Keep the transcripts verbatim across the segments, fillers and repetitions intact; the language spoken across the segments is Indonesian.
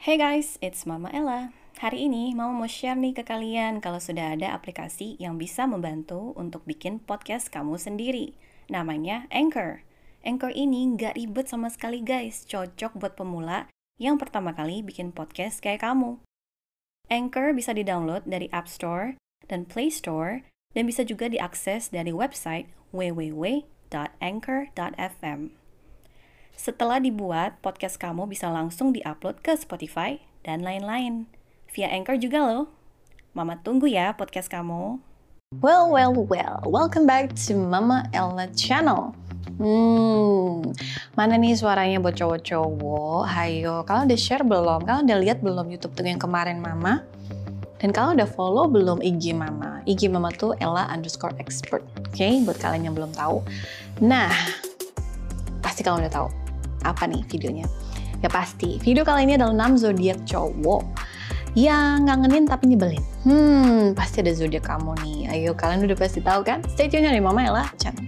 Hey guys, it's Mama Ella. Hari ini Mama mau share nih ke kalian kalau sudah ada aplikasi yang bisa membantu untuk bikin podcast kamu sendiri. Namanya Anchor. Anchor ini nggak ribet sama sekali guys, cocok buat pemula yang pertama kali bikin podcast kayak kamu. Anchor bisa di-download dari App Store dan Play Store dan bisa juga diakses dari website w w w dot anchor dot f m. Setelah dibuat, podcast kamu bisa langsung diupload ke Spotify dan lain-lain. Via Anchor juga loh. Mama tunggu ya podcast kamu. Well, well, well. Welcome back to Mama Ella channel. Hmm, mana nih suaranya buat cowok-cowok? Hayo, kalian udah share belum? Kalian udah lihat belum YouTube tuh yang kemarin Mama? Dan kalian udah follow belum I G Mama? I G Mama tuh Ella underscore expert. Oke, okay? Buat kalian yang belum tahu. Nah, pasti kalian udah tahu apa nih videonya? Ya pasti, video kali ini adalah enam zodiak cowok yang ngangenin tapi nyebelin. Hmm, pasti ada zodiak kamu nih. Ayo, kalian udah pasti tahu kan? Stay tune dari Mama Ella channel.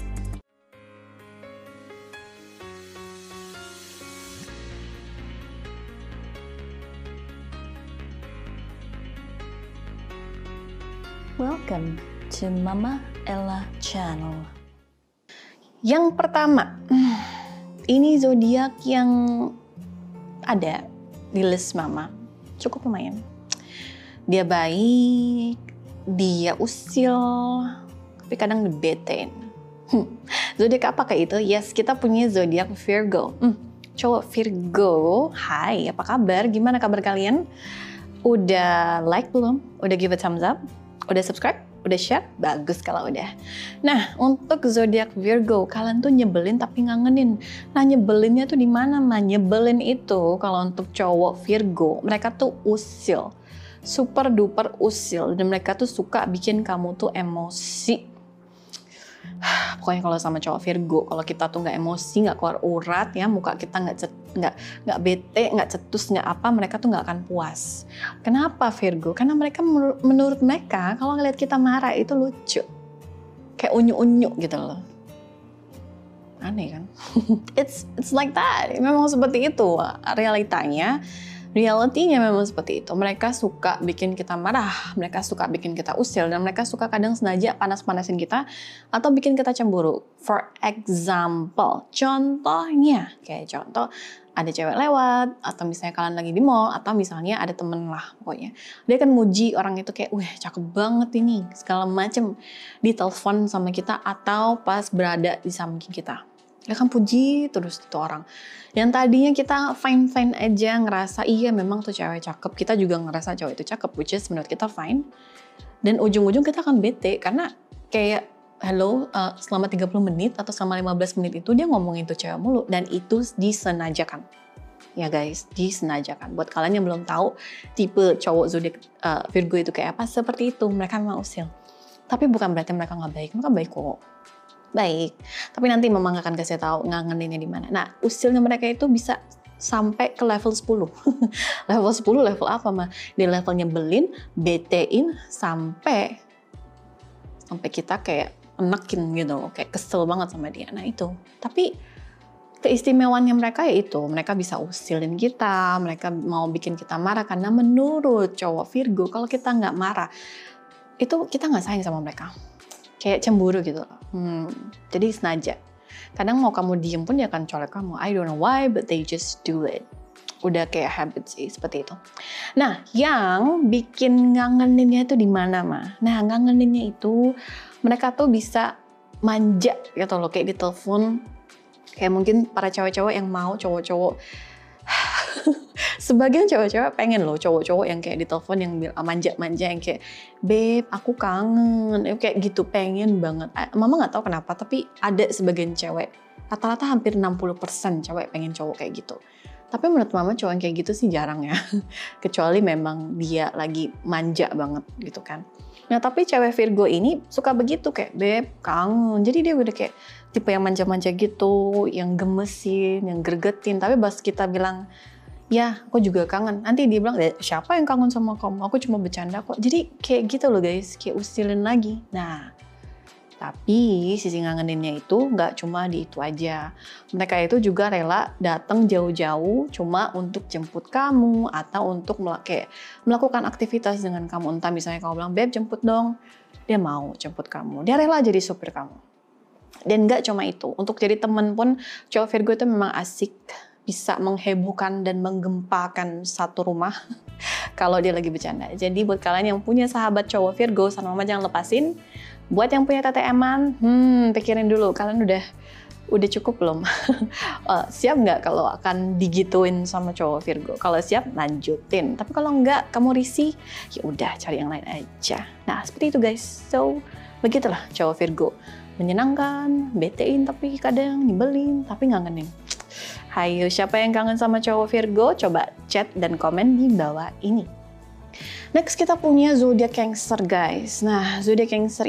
Welcome to Mama Ella channel. Yang pertama, ini zodiak yang ada di list Mama. Cukup lumayan. Dia baik, dia usil, tapi kadang ngebetain. Hmm. Zodiak apa kayak itu? Yes, kita punya zodiak Virgo. Hmm. Cowok Virgo, hai, apa kabar? Gimana kabar kalian? Udah like belum? Udah give a thumbs up? Udah subscribe? Udah share? Bagus kalau udah. Nah, untuk zodiak Virgo, kalian tuh nyebelin tapi ngangenin. Nah, nyebelinnya tuh di mana, mah? Nyebelin itu kalau untuk cowok Virgo, mereka tuh usil. Super duper usil dan mereka tuh suka bikin kamu tuh emosi. Pokoknya kalau sama cowok Virgo, kalau kita tuh nggak emosi, nggak keluar urat ya, muka kita nggak nggak nggak bete, nggak cetus, nggak apa, mereka tuh nggak akan puas. Kenapa Virgo? Karena mereka menur menurut mereka kalau ngeliat kita marah itu lucu, kayak unyu-unyu gitu loh. Aneh kan? it's it's like that. Memang seperti itu realitanya. Realitinya memang seperti itu. Mereka suka bikin kita marah, mereka suka bikin kita usil, dan mereka suka kadang sengaja panas-panasin kita atau bikin kita cemburu. For example, contohnya, kayak contoh ada cewek lewat, atau misalnya kalian lagi di mall, atau misalnya ada temen lah pokoknya. Dia kan muji orang itu kayak, wah cakep banget ini, segala macem. Ditelepon sama kita atau pas berada di samping kita. Dia kan puji terus itu orang. Yang tadinya kita fine-fine aja, ngerasa iya memang tuh cewek cakep. Kita juga ngerasa cowok itu cakep, which is menurut kita fine. Dan ujung-ujung kita akan bete, karena kayak, hello, uh, selama tiga puluh menit atau selama lima belas menit itu dia ngomongin tuh cewek mulu. Dan itu disengajakan. Ya guys, disengajakan. Buat kalian yang belum tahu, tipe cowok zodiak uh, Virgo itu kayak apa, seperti itu. Mereka memang usil. Tapi bukan berarti mereka nggak baik, mereka baik kok. Baik, tapi nanti Mama akan kasih tahu ngangeninnya di mana. Nah, usilnya mereka itu bisa sampai ke level sepuluh. Level sepuluh level apa mah? Di level nyebelin, betein sampai sampai kita kayak enakin gitu loh, kayak kesel banget sama dia. Nah, itu. Tapi keistimewaannya mereka ya itu, mereka bisa usilin kita, mereka mau bikin kita marah karena menurut cowok Virgo kalau kita nggak marah, itu kita nggak sayang sama mereka. Kayak cemburu gitu. Hmm, jadi sengaja. Kadang mau kamu diem pun dia akan colek kamu. I don't know why, but they just do it. Udah kayak habit sih, seperti itu. Nah, yang bikin ngangeninnya itu di mana, mah? Nah, ngangeninnya itu mereka tuh bisa manja gitu loh, kayak ditelepon. Kayak mungkin para cewek-cewek yang mau cowok-cowok. Sebagian cewek-cewek pengen loh cowok-cowok yang kayak ditelepon yang manja-manja, yang kayak beb aku kangen, kayak gitu, pengen banget. Mama nggak tahu kenapa, tapi ada sebagian cewek, rata-rata hampir enam puluh persen cewek pengen cowok kayak gitu. Tapi menurut Mama cowok yang kayak gitu sih jarang ya, kecuali memang dia lagi manja banget gitu kan. Nah tapi cewek Virgo ini suka begitu, kayak beb kangen, jadi dia udah kayak tipe yang manja-manja gitu, yang gemesin, yang gregetin. Tapi pas kita bilang ya, aku juga kangen. Nanti dia bilang, siapa yang kangen sama kamu? Aku cuma bercanda kok. Jadi kayak gitu loh guys, kayak usilin lagi. Nah, Tapi sisi ngangeninnya itu nggak cuma di itu aja. Mereka itu juga rela datang jauh-jauh cuma untuk jemput kamu atau untuk melak- kayak melakukan aktivitas dengan kamu. Entah misalnya kamu bilang, "Beb, jemput dong." Dia mau jemput kamu. Dia rela jadi supir kamu. Dan nggak cuma itu. Untuk jadi teman pun, cowok Virgo itu memang asik. Bisa menghebohkan dan menggempakan satu rumah kalau dia lagi bercanda. Jadi buat kalian yang punya sahabat cowok Virgo, sama mama jangan lepasin. Buat yang punya T T M-an, hmm, pikirin dulu, kalian udah udah cukup belum? uh, siap nggak kalau akan digituin sama cowok Virgo? Kalau siap, lanjutin. Tapi kalau nggak, kamu risih, ya udah cari yang lain aja. Nah, seperti itu guys. So, begitulah cowok Virgo. Menyenangkan, betein tapi kadang nyebelin, tapi ngangenin. Hayo, siapa yang kangen sama cowok Virgo? Coba chat dan komen di bawah ini. Next kita punya zodiak Cancer guys. Nah, zodiak Cancer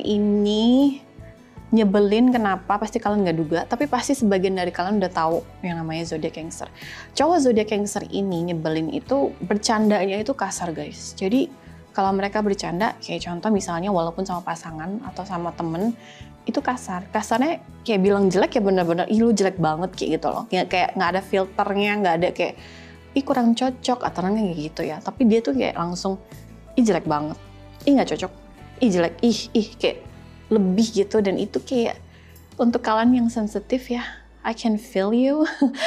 ini nyebelin kenapa? Pasti kalian nggak duga, tapi pasti sebagian dari kalian udah tahu yang namanya zodiak Cancer. Cowok zodiak Cancer ini nyebelin itu bercandanya itu kasar guys. Jadi kalau mereka bercanda, kayak contoh misalnya walaupun sama pasangan atau sama temen, itu kasar. Kasarnya kayak bilang jelek ya bener-bener, ih lu jelek banget kayak gitu loh. Kayak kayak nggak ada filternya, nggak ada kayak ih kurang cocok atau kayak gitu ya. Tapi dia tuh kayak langsung, ih jelek banget, ih nggak cocok, ih jelek, ih ih kayak lebih gitu. Dan itu kayak untuk kalian yang sensitif ya, I can feel you.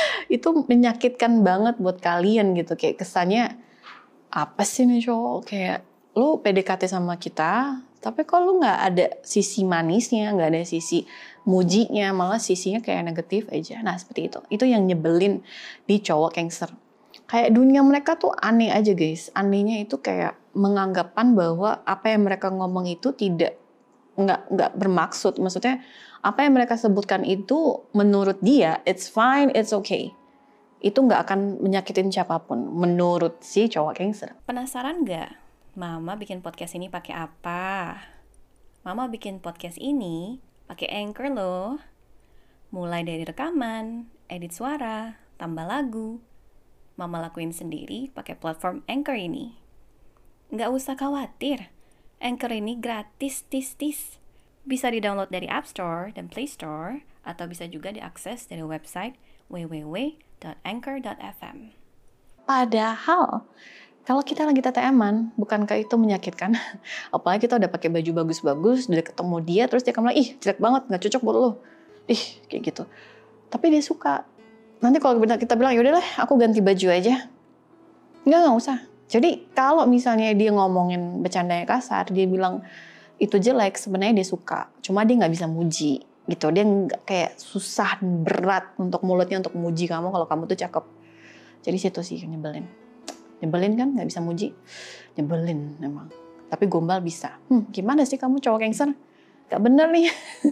Itu menyakitkan banget buat kalian gitu. Kayak kesannya apa sih nih cowok, kayak lu P D K T sama kita, tapi kok lu nggak ada sisi manisnya, nggak ada sisi mujinya, malah sisinya kayak negatif aja. Nah seperti itu, itu yang nyebelin di cowok Cancer. Kayak dunia mereka tuh aneh aja guys. Anehnya itu kayak menganggapan bahwa apa yang mereka ngomong itu tidak nggak nggak bermaksud. Maksudnya apa yang mereka sebutkan itu menurut dia it's fine, it's okay. Itu nggak akan menyakitin siapapun menurut si cowok Cancer. Penasaran nggak? Mama bikin podcast ini pakai apa? Mama bikin podcast ini pakai Anchor loh. Mulai dari rekaman, edit suara, tambah lagu. Mama lakuin sendiri pakai platform Anchor ini. Nggak usah khawatir, Anchor ini gratis tis-tis. Bisa di-download dari App Store dan Play Store, atau bisa juga diakses dari website w w w dot anchor dot f m. Padahal kalau kita lagi T T M-an, bukankah itu menyakitkan? Apalagi kita udah pakai baju bagus-bagus, udah ketemu dia, terus dia bilang, ih jelek banget, nggak cocok buat lo. Ih, kayak gitu. Tapi dia suka. Nanti kalau kita bilang, yaudahlah aku ganti baju aja. Nggak, nggak usah. Jadi kalau misalnya dia ngomongin bercandanya kasar, dia bilang itu jelek, sebenarnya dia suka. Cuma dia nggak bisa muji gitu. Dia nggak kayak susah, berat untuk mulutnya untuk muji kamu kalau kamu tuh cakep. Jadi situ sih nyebelin. Nyebelin kan, nggak bisa muji. Nyebelin emang. Tapi gombal bisa. Hmm, gimana sih kamu cowok Cancer? Gak bener nih.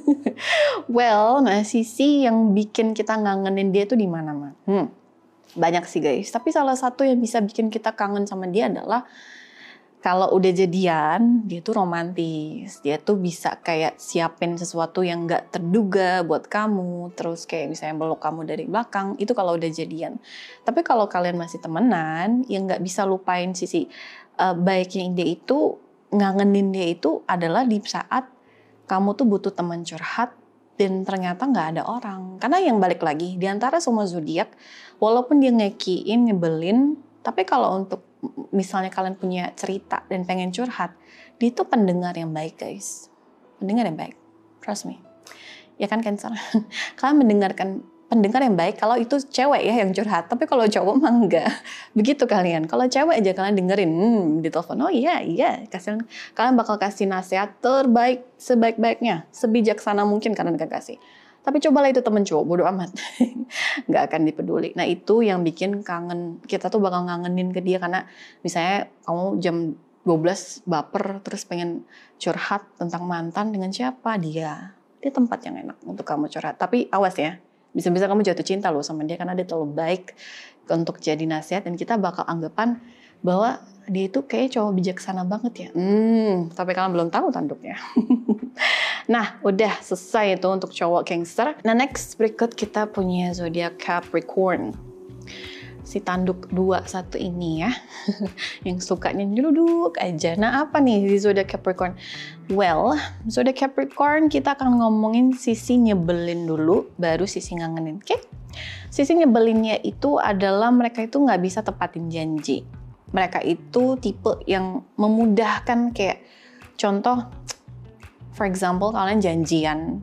Well, nah sisi yang bikin kita ngangenin dia tuh di mana, Man? Hmm, banyak sih guys. Tapi salah satu yang bisa bikin kita kangen sama dia adalah kalau udah jadian, dia tuh romantis. Dia tuh bisa kayak siapin sesuatu yang gak terduga buat kamu. Terus kayak misalnya peluk kamu dari belakang. Itu kalau udah jadian. Tapi kalau kalian masih temenan, yang gak bisa lupain sisi uh, baiknya dia itu, ngangenin dia itu adalah di saat kamu tuh butuh teman curhat dan ternyata nggak ada orang. Karena yang balik lagi, di antara semua zodiak, walaupun dia ngekiin, nyebelin, tapi kalau untuk misalnya kalian punya cerita dan pengen curhat, dia tuh pendengar yang baik guys. Pendengar yang baik, trust me. Ya kan Cancer? Kalian mendengarkan pendengar yang baik kalau itu cewek ya yang curhat, tapi kalau cowok mah enggak. Begitu kalian. Kalau cewek aja kalian dengerin, hmm, di telepon, oh iya iya, kasih, kalian bakal kasih nasihat terbaik sebaik-baiknya, sebijaksana mungkin kalian akan kasih. Tapi cobalah itu temen cowok, bodo amat, nggak akan dipeduli. Nah itu yang bikin kangen, kita tuh bakal ngangenin ke dia karena misalnya kamu jam dua belas baper terus pengen curhat tentang mantan dengan siapa, dia. Dia tempat yang enak untuk kamu curhat. Tapi awas ya. Bisa-bisa kamu jatuh cinta loh sama dia karena dia terlalu baik untuk jadi nasihat dan kita bakal anggapan bahwa dia itu kayak cowok bijaksana banget ya. Hmm, tapi kalian belum tahu tanduknya. Nah, udah selesai itu untuk cowok Cancer. Nah, next berikut kita punya zodiak Capricorn. si tanduk dua satu ini ya, yang sukanya nyeluduk aja. Nah apa nih di zodiak Capricorn? Well, zodiak Capricorn kita akan ngomongin sisi nyebelin dulu, baru sisi ngangenin, oke? Okay? Sisi nyebelinnya itu adalah mereka itu nggak bisa tepatin janji. Mereka itu tipe yang memudahkan, kayak contoh, for example kalian janjian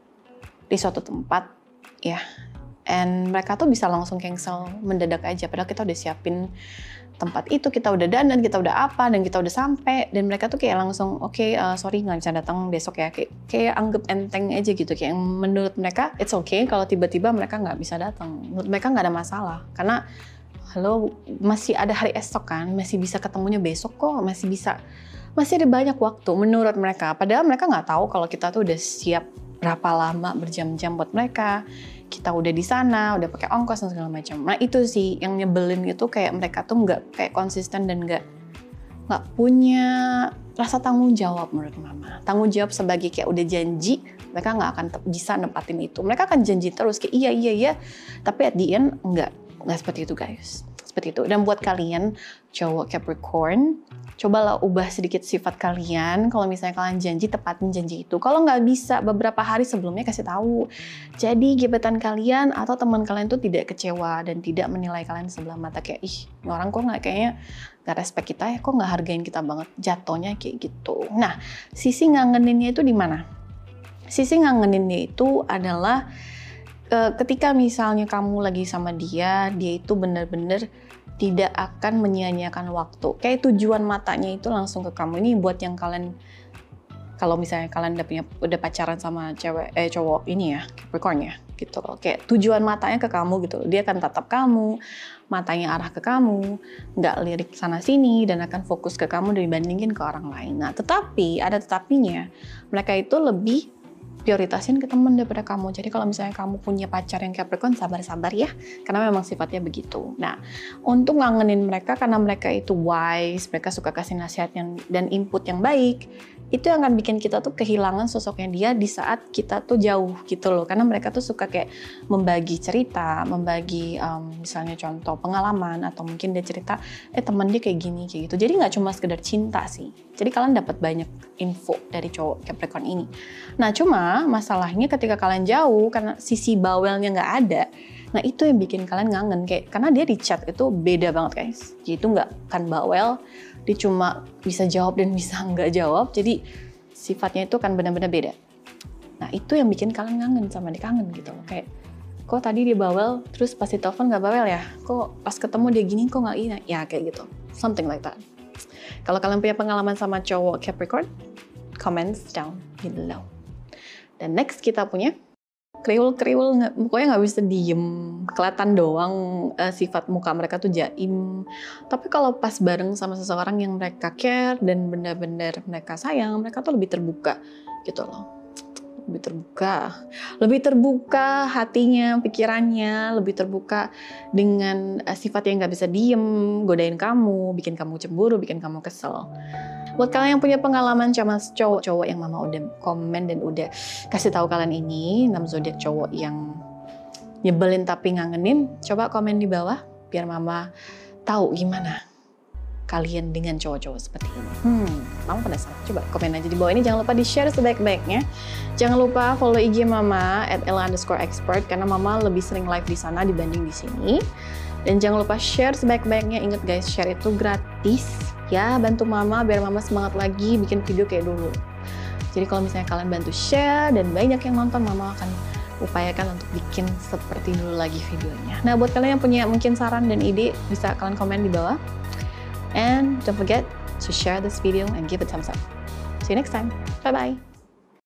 di suatu tempat ya, and mereka tuh bisa langsung cancel mendadak aja, padahal kita udah siapin tempat itu, kita udah dandan, kita udah apa, dan kita udah sampai, dan mereka tuh kayak langsung oke okay, uh, sorry nggak bisa datang besok ya, kayak kayak anggap enteng aja gitu, kayak menurut mereka it's okay kalau tiba-tiba mereka nggak bisa datang, menurut mereka nggak ada masalah, karena halo masih ada hari esok kan, masih bisa ketemunya besok kok, masih bisa, masih ada banyak waktu menurut mereka, padahal mereka nggak tahu kalau kita tuh udah siap berapa lama berjam-jam buat mereka, kita udah di sana, udah pakai ongkos dan segala macam. Nah itu sih yang nyebelin itu, kayak mereka tuh nggak kayak konsisten dan nggak nggak punya rasa tanggung jawab menurut mama. Tanggung jawab sebagai kayak udah janji, mereka nggak akan bisa nempatin itu. Mereka akan janji terus kayak iya iya iya, tapi at the end nggak nggak seperti itu guys. Seperti itu. Dan buat kalian cowok Capricorn, cobalah ubah sedikit sifat kalian. Kalau misalnya kalian janji, tepatin janji itu. Kalau nggak bisa, beberapa hari sebelumnya kasih tahu. Jadi gebetan kalian atau teman kalian tuh tidak kecewa dan tidak menilai kalian sebelah mata kayak ih, ini orang kok nggak kayaknya nggak respect kita ya, kok nggak hargain kita banget. Jatuhnya kayak gitu. Nah, sisi ngangeninnya itu di mana? Sisi ngangeninnya itu adalah ketika misalnya kamu lagi sama dia, dia itu benar-benar tidak akan menyia-nyiakan waktu. Kayak tujuan matanya itu langsung ke kamu. Ini buat yang kalian, kalau misalnya kalian udah punya udah pacaran sama cewek eh cowok ini ya, Capricorn ya, gitu loh. Kayak tujuan matanya ke kamu gitu. Dia akan tatap kamu, matanya arah ke kamu, nggak lirik sana sini dan akan fokus ke kamu dibandingin ke orang lain. Nah, tetapi ada tetapinya. Mereka itu lebih prioritasin ke teman daripada kamu. Jadi kalau misalnya kamu punya pacar yang Capricorn, sabar-sabar ya, karena memang sifatnya begitu. Nah, untuk ngangenin mereka karena mereka itu wise, mereka suka kasih nasihat yang, dan input yang baik, itu yang akan bikin kita tuh kehilangan sosoknya dia di saat kita tuh jauh gitu loh. Karena mereka tuh suka kayak membagi cerita, membagi um, misalnya contoh pengalaman, atau mungkin dia cerita, eh teman dia kayak gini, kayak gitu. Jadi nggak cuma sekedar cinta sih. Jadi kalian dapat banyak info dari cowok Capricorn ini. Nah cuma masalahnya ketika kalian jauh, karena sisi bawelnya nggak ada, nah itu yang bikin kalian ngangen. Kayak, karena dia di chat itu beda banget guys. Dia itu nggak kan bawel, dia cuma bisa jawab dan bisa nggak jawab, jadi sifatnya itu kan benar-benar beda. Nah itu yang bikin kalian ngangen sama dia, kangen gitu loh. Kayak, kok tadi dia bawel, terus pas di telepon nggak bawel ya? Kok pas ketemu dia gini, kok nggak ini? Ya kayak gitu, something like that. Kalau kalian punya pengalaman sama cowok Capricorn, comments down below. Dan next kita punya kriwul-kriwul, pokoknya nggak bisa diem, kelihatan doang uh, sifat muka mereka tuh jaim. Tapi kalau pas bareng sama seseorang yang mereka care dan benar-benar mereka sayang, mereka tuh lebih terbuka gitu loh. Lebih terbuka, lebih terbuka hatinya, pikirannya, lebih terbuka dengan uh, sifat yang nggak bisa diem, godain kamu, bikin kamu cemburu, bikin kamu kesel. Buat kalian yang punya pengalaman sama cowok-cowok yang mama udah komen dan udah kasih tahu kalian ini, enam zodiak cowok yang nyebelin tapi ngangenin, coba komen di bawah biar mama tahu gimana kalian dengan cowok-cowok seperti ini. Hmm, mama penasaran. Coba komen aja di bawah ini. Jangan lupa di-share sebaik-baiknya. Jangan lupa follow I G mama at ella underscore expert karena mama lebih sering live di sana dibanding di sini. Dan jangan lupa share sebaik-baiknya. Ingat guys, share itu gratis. Ya, bantu mama biar mama semangat lagi bikin video kayak dulu. Jadi kalau misalnya kalian bantu share dan banyak yang nonton, mama akan upayakan untuk bikin seperti dulu lagi videonya. Nah, buat kalian yang punya mungkin saran dan ide, bisa kalian komen di bawah. And don't forget to share this video and give it a thumbs up. See you next time. Bye-bye.